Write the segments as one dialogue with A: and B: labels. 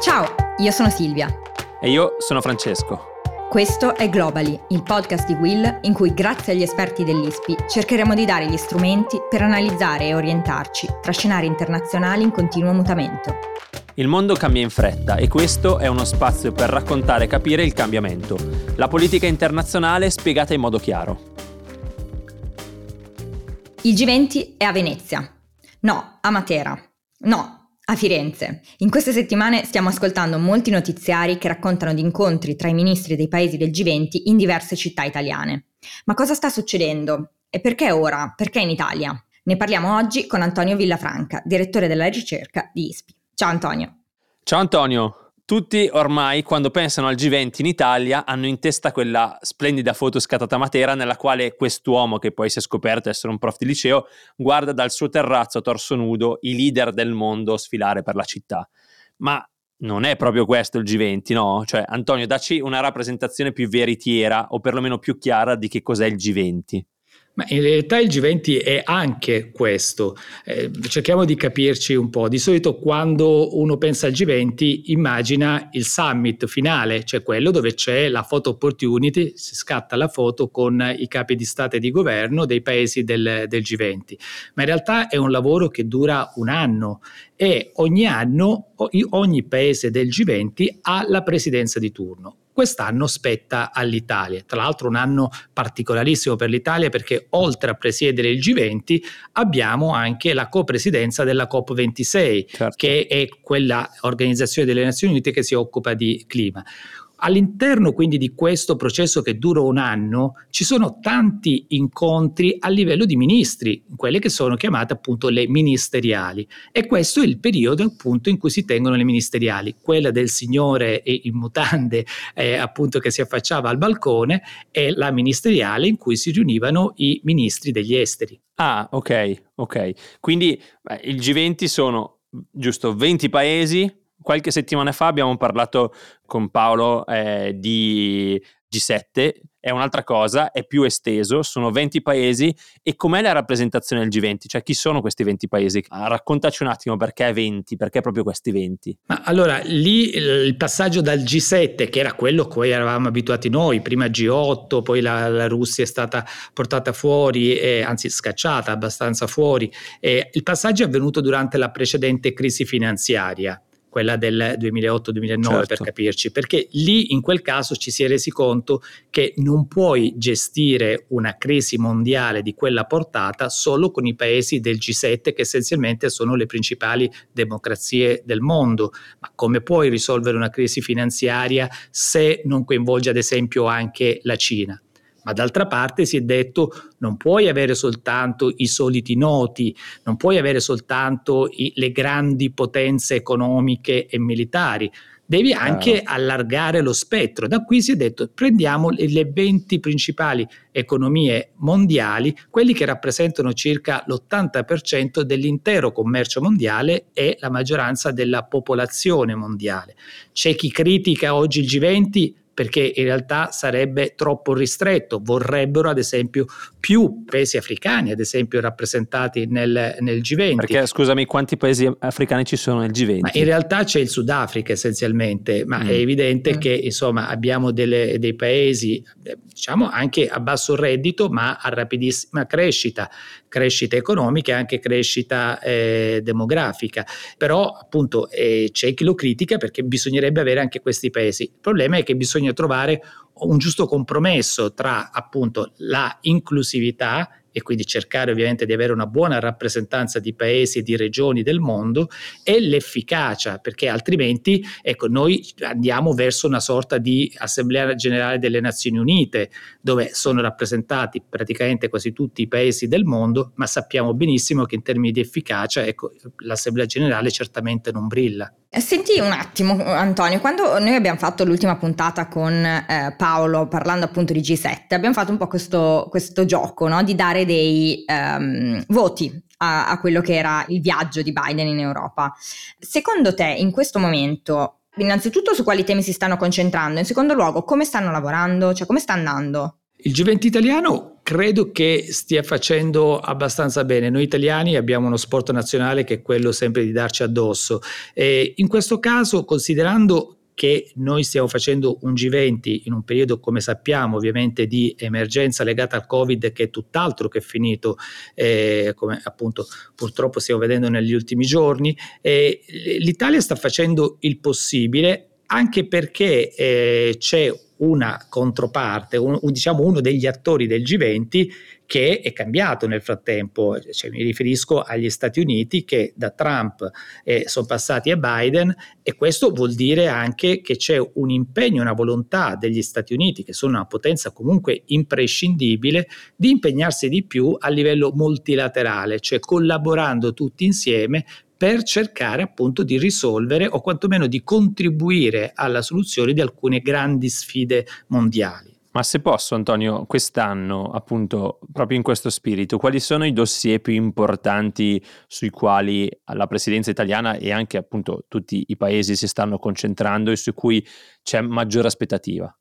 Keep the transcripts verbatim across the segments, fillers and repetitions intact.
A: Ciao, io sono Silvia.
B: E io sono Francesco.
A: Questo è Globally, il podcast di Will in cui grazie agli esperti dell'I S P I cercheremo di dare gli strumenti per analizzare e orientarci tra scenari internazionali in continuo mutamento.
B: Il mondo cambia in fretta e questo è uno spazio per raccontare e capire il cambiamento. La politica internazionale spiegata in modo chiaro.
A: Il G venti è a Venezia. No, a Matera. No, a Firenze. In queste settimane stiamo ascoltando molti notiziari che raccontano di incontri tra i ministri dei paesi del G venti in diverse città italiane. Ma cosa sta succedendo? E perché ora? Perché in Italia? Ne parliamo oggi con Antonio Villafranca, direttore della ricerca di I S P I. Ciao Antonio.
B: Ciao Antonio. Tutti ormai quando pensano al G venti in Italia hanno in testa quella splendida foto scattata a Matera nella quale quest'uomo, che poi si è scoperto essere un prof di liceo, guarda dal suo terrazzo a torso nudo i leader del mondo sfilare per la città. Ma non è proprio questo il G venti, no? Cioè, Antonio, dacci una rappresentazione più veritiera o perlomeno più chiara di che cos'è il G venti.
C: Ma in realtà il G venti è anche questo. Eh, cerchiamo di capirci un po'. Di solito quando uno pensa al G venti immagina il summit finale, cioè quello dove c'è la photo opportunity, si scatta la foto con i capi di Stato e di governo dei paesi del, del G venti. Ma in realtà è un lavoro che dura un anno e ogni anno ogni paese del G venti ha la presidenza di turno. Quest'anno spetta all'Italia, tra l'altro un anno particolarissimo per l'Italia perché oltre a presiedere il G venti abbiamo anche la copresidenza della COP ventisei, certo, che è quella organizzazione delle Nazioni Unite che si occupa di clima. All'interno quindi di questo processo che dura un anno ci sono tanti incontri a livello di ministri, quelle che sono chiamate appunto le ministeriali, e questo è il periodo appunto in cui si tengono le ministeriali. Quella del signore in mutande eh, appunto che si affacciava al balcone è la ministeriale in cui si riunivano i ministri degli esteri.
B: Ah, ok, ok. Quindi beh, il G venti sono giusto venti paesi. Qualche settimana fa abbiamo parlato con Paolo eh, di G sette, è un'altra cosa, è più esteso, sono venti paesi. E com'è la rappresentazione del G venti? Cioè chi sono questi venti paesi? Ah, raccontaci un attimo perché venti, perché proprio questi venti?
C: Ma allora lì il passaggio dal G sette, che era quello a cui eravamo abituati noi, prima G otto, poi la, la Russia è stata portata fuori, eh, anzi scacciata abbastanza fuori, eh, il passaggio è avvenuto durante la precedente crisi finanziaria, quella del duemilaotto duemilanove, certo, per capirci, perché lì in quel caso ci si è resi conto che non puoi gestire una crisi mondiale di quella portata solo con i paesi del G sette, che essenzialmente sono le principali democrazie del mondo. Ma come puoi risolvere una crisi finanziaria se non coinvolge ad esempio anche la Cina? Ma d'altra parte si è detto non puoi avere soltanto i soliti noti, non puoi avere soltanto i, le grandi potenze economiche e militari, devi anche ah. allargare lo spettro. Da qui si è detto prendiamo le, le venti principali economie mondiali, quelli che rappresentano circa l'ottanta per cento dell'intero commercio mondiale e la maggioranza della popolazione mondiale. C'è chi critica oggi il G venti perché in realtà sarebbe troppo ristretto, vorrebbero ad esempio più paesi africani, ad esempio rappresentati nel, nel G venti.
B: Perché scusami, quanti paesi africani ci sono nel G venti?
C: Ma in realtà c'è il Sudafrica essenzialmente, ma mm. è evidente mm. che insomma abbiamo delle, dei paesi diciamo anche a basso reddito ma a rapidissima crescita, crescita economica e anche crescita eh, demografica, però appunto eh, c'è chi lo critica perché bisognerebbe avere anche questi paesi. Il problema è che bisogna trovare un giusto compromesso tra appunto la inclusività e quindi cercare ovviamente di avere una buona rappresentanza di paesi e di regioni del mondo e l'efficacia, perché altrimenti ecco noi andiamo verso una sorta di Assemblea Generale delle Nazioni Unite dove sono rappresentati praticamente quasi tutti i paesi del mondo, ma sappiamo benissimo che in termini di efficacia ecco l'Assemblea Generale certamente non brilla.
A: Senti un attimo Antonio, quando noi abbiamo fatto l'ultima puntata con eh, Paolo parlando appunto di G sette abbiamo fatto un po' questo, questo gioco, no? Di dare dei um, voti a, a quello che era il viaggio di Biden in Europa. Secondo te in questo momento, innanzitutto su quali temi si stanno concentrando, in secondo luogo come stanno lavorando, cioè come sta andando?
C: Il G venti italiano credo che stia facendo abbastanza bene. Noi italiani abbiamo uno sport nazionale che è quello sempre di darci addosso. E in questo caso, considerando che noi stiamo facendo un G venti in un periodo, come sappiamo, ovviamente di emergenza legata al Covid, che è tutt'altro che finito, eh, come appunto purtroppo stiamo vedendo negli ultimi giorni, eh, l'Italia sta facendo il possibile, anche perché eh, c'è una controparte, un, un, diciamo uno degli attori del G venti che è cambiato nel frattempo, cioè, mi riferisco agli Stati Uniti che da Trump eh, sono passati a Biden, e questo vuol dire anche che c'è un impegno, una volontà degli Stati Uniti, che sono una potenza comunque imprescindibile, di impegnarsi di più a livello multilaterale, cioè collaborando tutti insieme per cercare appunto di risolvere o quantomeno di contribuire alla soluzione di alcune grandi sfide mondiali.
B: Ma se posso, Antonio, quest'anno, appunto, proprio in questo spirito, quali sono i dossier più importanti sui quali la presidenza italiana e anche appunto tutti i paesi si stanno concentrando e su cui c'è maggiore aspettativa?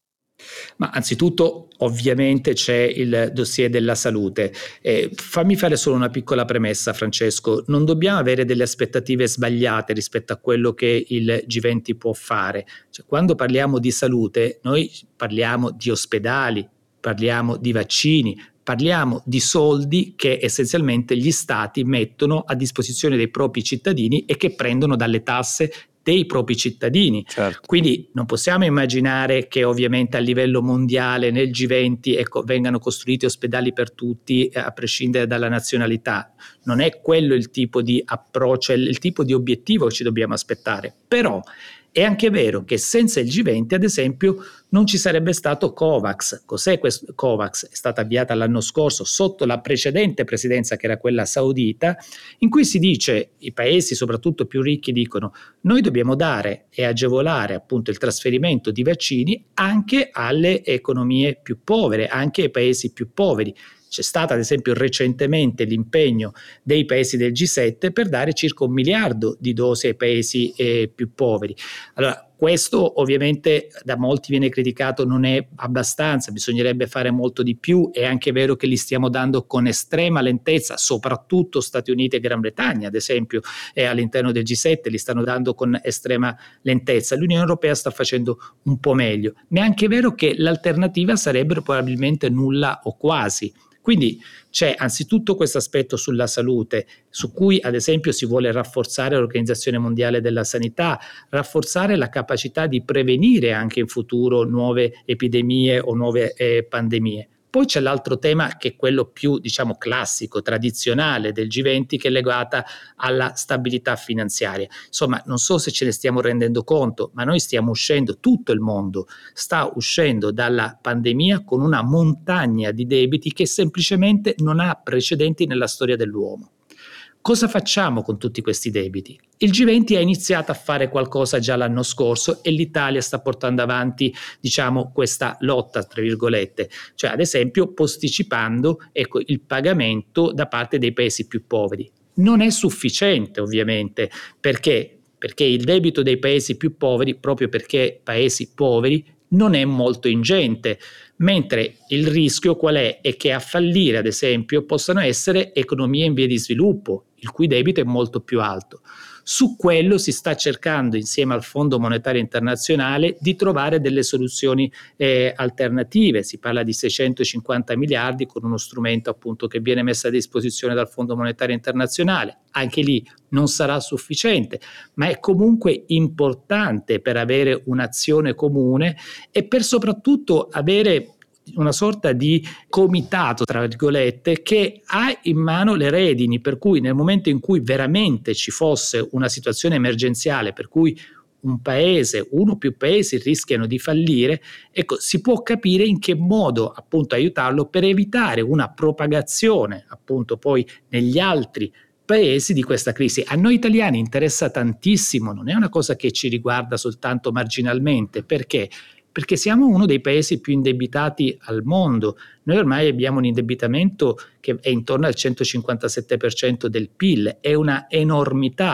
C: Ma anzitutto ovviamente c'è il dossier della salute. Eh, fammi fare solo una piccola premessa, Francesco: non dobbiamo avere delle aspettative sbagliate rispetto a quello che il G venti può fare. Cioè, quando parliamo di salute noi parliamo di ospedali, parliamo di vaccini, parliamo di soldi che essenzialmente gli stati mettono a disposizione dei propri cittadini e che prendono dalle tasse dei propri cittadini.
B: Certo.
C: Quindi non possiamo immaginare che ovviamente a livello mondiale nel G venti ecco, vengano costruiti ospedali per tutti eh, a prescindere dalla nazionalità. Non è quello il tipo di approccio, il tipo di obiettivo che ci dobbiamo aspettare. Però è anche vero che senza il G venti, ad esempio, non ci sarebbe stato COVAX. Cos'è questo COVAX? È stata avviata l'anno scorso sotto la precedente presidenza, che era quella saudita, in cui si dice, i paesi soprattutto più ricchi dicono: noi dobbiamo dare e agevolare appunto il trasferimento di vaccini anche alle economie più povere, anche ai paesi più poveri. C'è stato ad esempio recentemente l'impegno dei paesi del G sette per dare circa un miliardo di dosi ai paesi eh, più poveri. Allora, questo ovviamente da molti viene criticato, non è abbastanza, bisognerebbe fare molto di più. È anche vero che li stiamo dando con estrema lentezza, soprattutto Stati Uniti e Gran Bretagna, ad esempio, eh, all'interno del G sette li stanno dando con estrema lentezza. L'Unione Europea sta facendo un po' meglio, ma è anche vero che l'alternativa sarebbe probabilmente nulla o quasi. Quindi c'è anzitutto questo aspetto sulla salute, su cui ad esempio si vuole rafforzare l'Organizzazione Mondiale della Sanità, rafforzare la capacità di prevenire anche in futuro nuove epidemie o nuove eh, pandemie. Poi c'è l'altro tema, che è quello più, diciamo, classico, tradizionale del G venti, che è legata alla stabilità finanziaria. Insomma, non so se ce ne stiamo rendendo conto, ma noi stiamo uscendo, tutto il mondo sta uscendo dalla pandemia con una montagna di debiti che semplicemente non ha precedenti nella storia dell'uomo. Cosa facciamo con tutti questi debiti? Il G venti ha iniziato a fare qualcosa già l'anno scorso e l'Italia sta portando avanti, diciamo, questa lotta, tra virgolette, cioè ad esempio posticipando ecco, il pagamento da parte dei paesi più poveri. Non è sufficiente, ovviamente, perché? Perché il debito dei paesi più poveri, proprio perché paesi poveri, non è molto ingente, mentre il rischio qual è? È che a fallire, ad esempio, possano essere economie in via di sviluppo, il cui debito è molto più alto. Su quello si sta cercando, insieme al Fondo Monetario Internazionale, di trovare delle soluzioni eh, alternative. Si parla di seicentocinquanta miliardi con uno strumento appunto che viene messo a disposizione dal Fondo Monetario Internazionale. Anche lì non sarà sufficiente, ma è comunque importante per avere un'azione comune e per soprattutto avere una sorta di comitato, tra virgolette, che ha in mano le redini, per cui nel momento in cui veramente ci fosse una situazione emergenziale per cui un paese, uno o più paesi rischiano di fallire, ecco, si può capire in che modo appunto aiutarlo per evitare una propagazione appunto poi negli altri paesi di questa crisi. A noi italiani interessa tantissimo, non è una cosa che ci riguarda soltanto marginalmente. Perché? Perché siamo uno dei paesi più indebitati al mondo. Noi ormai abbiamo un indebitamento che è intorno al centocinquantasette per cento del P I L, è una enormità.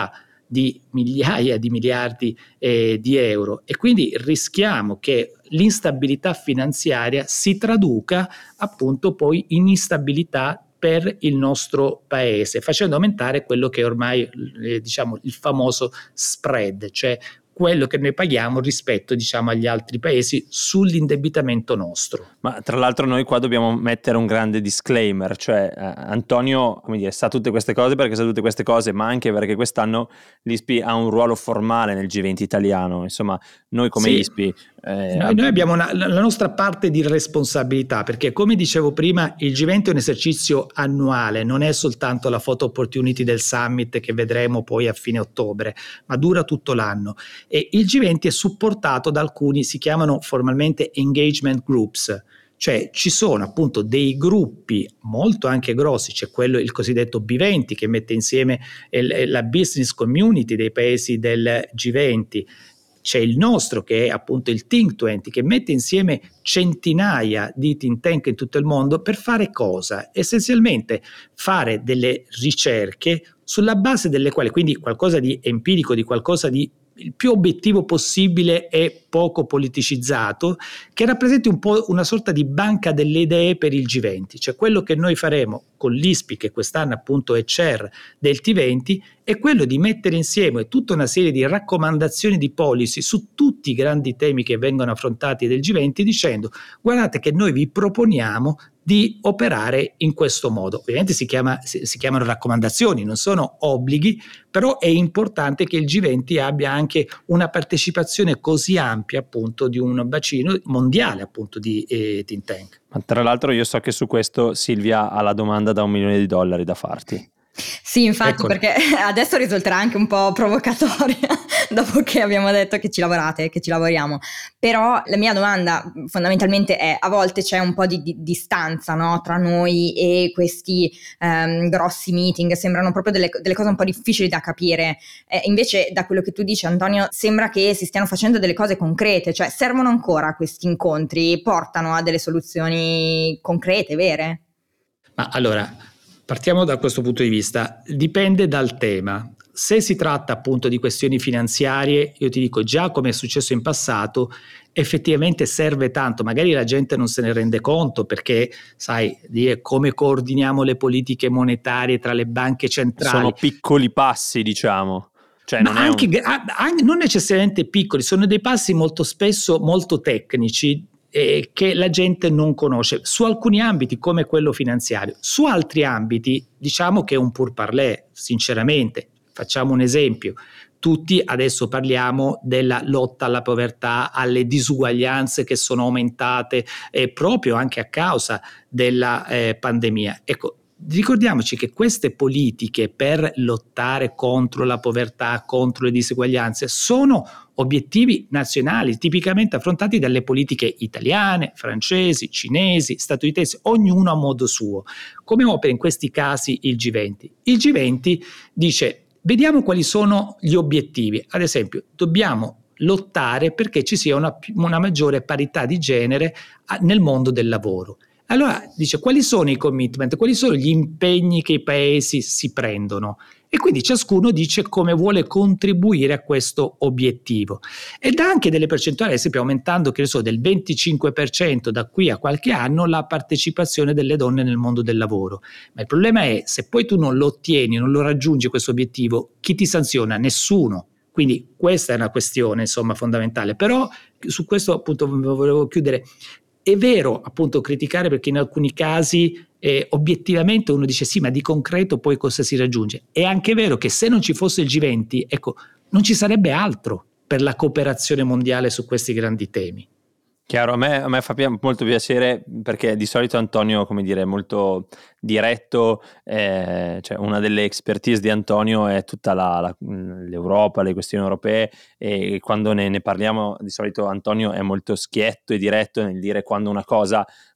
C: di migliaia di miliardi eh, di euro, e quindi rischiamo che l'instabilità finanziaria si traduca appunto poi in instabilità per il nostro paese, facendo aumentare quello che è ormai eh, diciamo il famoso spread, cioè quello che noi paghiamo rispetto, diciamo, agli altri paesi sull'indebitamento nostro.
B: Ma tra l'altro noi qua dobbiamo mettere un grande disclaimer, cioè eh, Antonio, come dire, sa tutte queste cose perché sa tutte queste cose, ma anche perché quest'anno l'I S P I ha un ruolo formale nel G venti italiano. Insomma, noi come
C: sì.
B: I S P I
C: Eh, noi, noi abbiamo una, la nostra parte di responsabilità, perché come dicevo prima il G venti è un esercizio annuale, non è soltanto la photo opportunity del summit che vedremo poi a fine ottobre, ma dura tutto l'anno, e il G venti è supportato da alcuni, si chiamano formalmente engagement groups, cioè ci sono appunto dei gruppi molto anche grossi, c'è quello, il cosiddetto B venti, che mette insieme il, la business community dei paesi del G venti. C'è il nostro, che è appunto il Think venti, che mette insieme centinaia di think tank in tutto il mondo per fare cosa? Essenzialmente fare delle ricerche sulla base delle quali, quindi qualcosa di empirico, di qualcosa di il più obiettivo possibile e poco politicizzato, che rappresenti un po' una sorta di banca delle idee per il G venti, cioè quello che noi faremo con l'I S P I, che quest'anno appunto è chair del T venti, è quello di mettere insieme tutta una serie di raccomandazioni di policy su tutti i grandi temi che vengono affrontati del G venti, dicendo: guardate che noi vi proponiamo di operare in questo modo. Ovviamente si, chiama, si, si chiamano raccomandazioni, non sono obblighi, però è importante che il G venti abbia anche una partecipazione così ampia appunto di un bacino mondiale appunto di eh, think tank.
B: Ma tra l'altro io so che su questo Silvia ha la domanda da un milione di dollari da farti.
A: Sì, infatti,
C: Eccola.
A: Perché adesso risulterà anche un po' provocatoria dopo che abbiamo detto che ci lavorate, che ci lavoriamo. Però la mia domanda fondamentalmente è: a volte c'è un po' di, di distanza, no, tra noi e questi um, grossi meeting, sembrano proprio delle, delle cose un po' difficili da capire. Eh, invece da quello che tu dici, Antonio, sembra che si stiano facendo delle cose concrete, cioè servono ancora questi incontri, portano a delle soluzioni concrete, vere?
C: Ma allora, partiamo da questo punto di vista, dipende dal tema. Se si tratta appunto di questioni finanziarie, io ti dico, già come è successo in passato, effettivamente serve tanto, magari la gente non se ne rende conto, perché sai, dire come coordiniamo le politiche monetarie tra le banche centrali.
B: Sono piccoli passi, diciamo. Cioè,
C: Ma
B: non, è
C: anche,
B: un...
C: anche, non necessariamente piccoli, sono dei passi molto spesso molto tecnici, eh, che la gente non conosce, su alcuni ambiti come quello finanziario. Su altri ambiti diciamo che è un pourparlers, sinceramente. Facciamo un esempio: tutti adesso parliamo della lotta alla povertà, alle disuguaglianze che sono aumentate eh, proprio anche a causa della eh, pandemia. Ecco, ricordiamoci che queste politiche per lottare contro la povertà, contro le diseguaglianze, sono obiettivi nazionali tipicamente affrontati dalle politiche italiane, francesi, cinesi, statunitensi, ognuno a modo suo. Come opera in questi casi il G venti? Il G venti dice: vediamo quali sono gli obiettivi. Ad esempio, dobbiamo lottare perché ci sia una, una maggiore parità di genere nel mondo del lavoro. Allora dice: quali sono i commitment, quali sono gli impegni che i paesi si prendono? E quindi ciascuno dice come vuole contribuire a questo obiettivo, e dà anche delle percentuali, ad esempio aumentando, che ne so, del venticinque per cento da qui a qualche anno la partecipazione delle donne nel mondo del lavoro. Ma il problema è, se poi tu non lo ottieni, non lo raggiungi questo obiettivo, chi ti sanziona? Nessuno. Quindi questa è una questione insomma fondamentale. Però su questo appunto volevo chiudere. È vero appunto criticare, perché in alcuni casi eh, obiettivamente uno dice sì, ma di concreto poi cosa si raggiunge? È anche vero che se non ci fosse il G venti, ecco, non ci sarebbe altro per la cooperazione mondiale su questi grandi temi.
B: Chiaro, a me, a me fa molto piacere, perché di solito Antonio, come dire, è molto diretto, eh, cioè una delle expertise di Antonio è tutta la, la, l'Europa, le questioni europee, e quando ne, ne parliamo di solito Antonio è molto schietto e diretto nel dire quando una cosa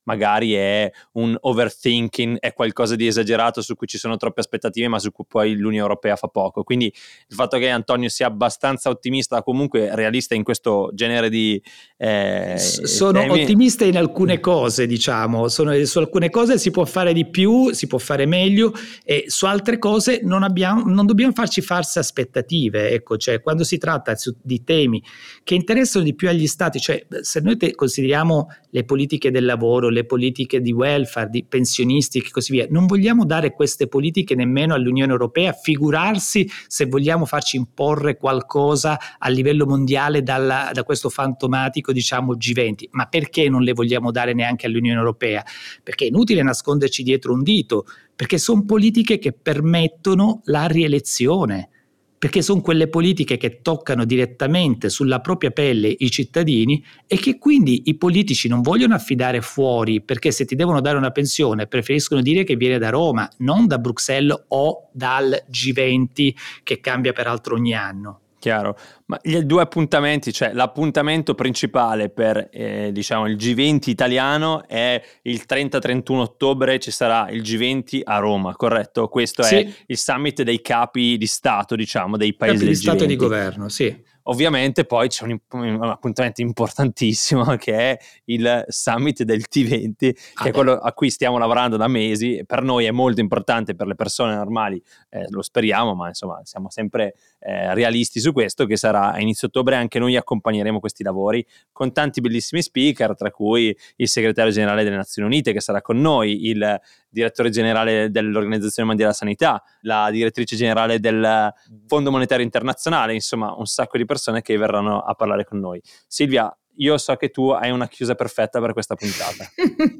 B: magari è un overthinking, è qualcosa di esagerato su cui ci sono troppe aspettative ma su cui poi l'Unione Europea fa poco. Quindi il fatto che Antonio sia abbastanza ottimista, comunque realista in questo genere di eh,
C: sono
B: temi.
C: Ottimista in alcune cose, diciamo, sono, su alcune cose si può fare di più, si può fare meglio, e su altre cose non abbiamo, non dobbiamo farci false aspettative, ecco, cioè quando si tratta di temi che interessano di più agli stati, cioè se noi te consideriamo le politiche del lavoro, le politiche di welfare, di pensionistiche e così via, non vogliamo dare queste politiche nemmeno all'Unione Europea, figurarsi se vogliamo farci imporre qualcosa a livello mondiale dalla, da questo fantomatico, diciamo, G venti. Ma perché non le vogliamo dare neanche all'Unione Europea? Perché è inutile nasconderci dietro un dito, perché sono politiche che permettono la rielezione, perché sono quelle politiche che toccano direttamente sulla propria pelle i cittadini e che quindi i politici non vogliono affidare fuori, perché se ti devono dare una pensione preferiscono dire che viene da Roma, non da Bruxelles o dal G venti che cambia peraltro ogni anno.
B: Chiaro, ma gli due appuntamenti, cioè l'appuntamento principale per eh, diciamo il G venti italiano è il trenta trentuno ottobre, ci sarà il G venti a Roma, corretto? Questo
C: sì.
B: È il summit dei capi di Stato, diciamo, dei paesi
C: capi
B: del
C: di Stato
B: G venti.
C: E di governo, sì.
B: Ovviamente poi c'è un, un appuntamento importantissimo che è il summit del T venti, che
C: ah
B: è quello a cui stiamo lavorando da mesi. Per noi è molto importante, per le persone normali eh, lo speriamo, ma insomma siamo sempre eh, realisti su questo, che sarà a inizio ottobre. Anche noi accompagneremo questi lavori con tanti bellissimi speaker, tra cui il segretario generale delle Nazioni Unite che sarà con noi, il direttore generale dell'Organizzazione Mondiale della Sanità, la direttrice generale del Fondo Monetario Internazionale, insomma un sacco di persone che verranno a parlare con noi. Silvia, io so che tu hai una chiusa perfetta per questa puntata.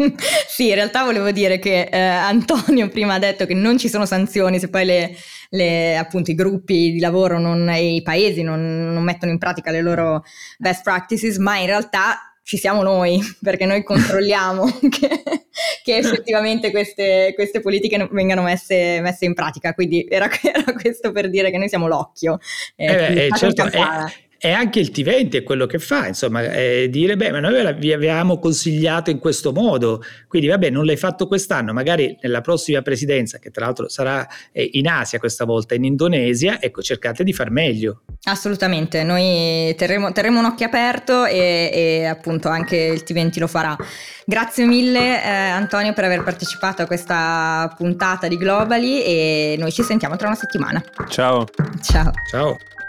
A: Sì, in realtà volevo dire che eh, Antonio prima ha detto che non ci sono sanzioni se poi le, le, appunto i gruppi di lavoro non, e i paesi non, non mettono in pratica le loro best practices, ma in realtà ci siamo noi, perché noi controlliamo che, che effettivamente queste, queste politiche vengano messe, messe in pratica, quindi era, era questo per dire che noi siamo l'occhio.
C: Eh, eh, eh, certo, è, è anche il T venti è quello che fa, insomma, è dire beh, ma noi vi avevamo consigliato in questo modo, quindi vabbè, non l'hai fatto quest'anno, magari nella prossima presidenza, che tra l'altro sarà in Asia questa volta, in Indonesia, ecco, cercate di far meglio.
A: Assolutamente, noi terremo, terremo un occhio aperto e, e appunto anche il T venti lo farà. Grazie mille eh, Antonio per aver partecipato a questa puntata di Globally, e noi ci sentiamo tra una settimana.
B: Ciao.
A: Ciao.
C: Ciao.